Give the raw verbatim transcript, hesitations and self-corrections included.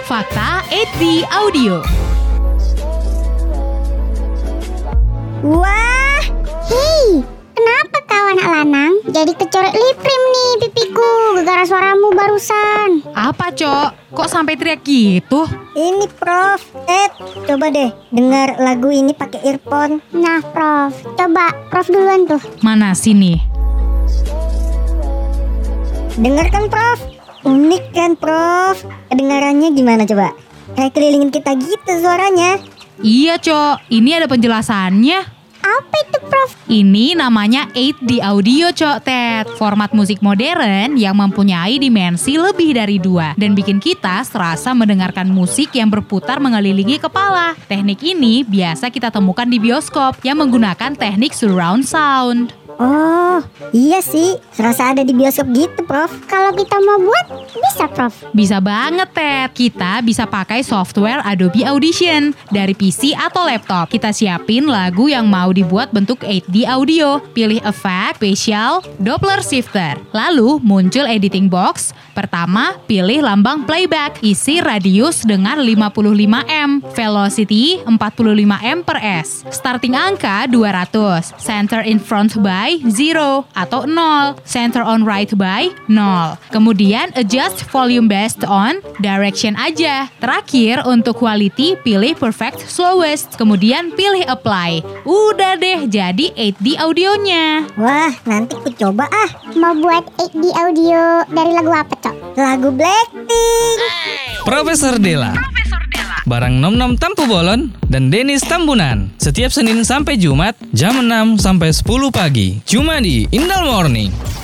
Fakta delapan D Audio. Wah, hei, kenapa kau anak lanang jadi kecoret liprim nih pipiku gara-gara suaramu barusan? Apa, Cok? Kok sampai teriak gitu? Ini Prof, Ted, coba deh dengar lagu ini pakai earphone. Nah, Prof, coba Prof duluan tuh. Mana sini? Dengarkan Prof, unik kan Prof? Kedengarannya gimana coba? Kayak kelilingin kita gitu suaranya. Iya, Cok. Ini ada penjelasannya. Apa itu, Prof? Ini namanya delapan D Audio, Cok Ted. Format musik modern yang mempunyai dimensi lebih dari dua dan bikin kita serasa mendengarkan musik yang berputar mengelilingi kepala. Teknik ini biasa kita temukan di bioskop yang menggunakan teknik surround sound. Oh, iya sih, serasa ada di bioskop gitu Prof. Kalau kita mau buat, bisa, Prof? Bisa banget, Ted. Kita bisa pakai software Adobe Audition dari P C atau laptop. Kita siapin lagu yang mau dibuat bentuk delapan D audio. Pilih Effect, Spatial, Doppler Shifter. Lalu muncul editing box. Pertama, pilih lambang playback. Isi radius dengan lima puluh lima meter. Velocity empat puluh lima meter per S. Starting angka dua ratus. Center in front by zero atau nol. Center on right by nol. Kemudian adjust volume based on direction aja. Terakhir untuk quality pilih perfect slowest. Kemudian pilih apply. Udah deh jadi delapan D audionya. Wah, nanti ku coba ah. Mau buat delapan D audio dari lagu apa, Cok? Lagu Blackpink. Profesor Della. Barang Nom Nom Tampu Bolon dan Denis Tambunan. Setiap Senin sampai Jumat jam enam sampai sepuluh pagi. Cuma di Indal Morning.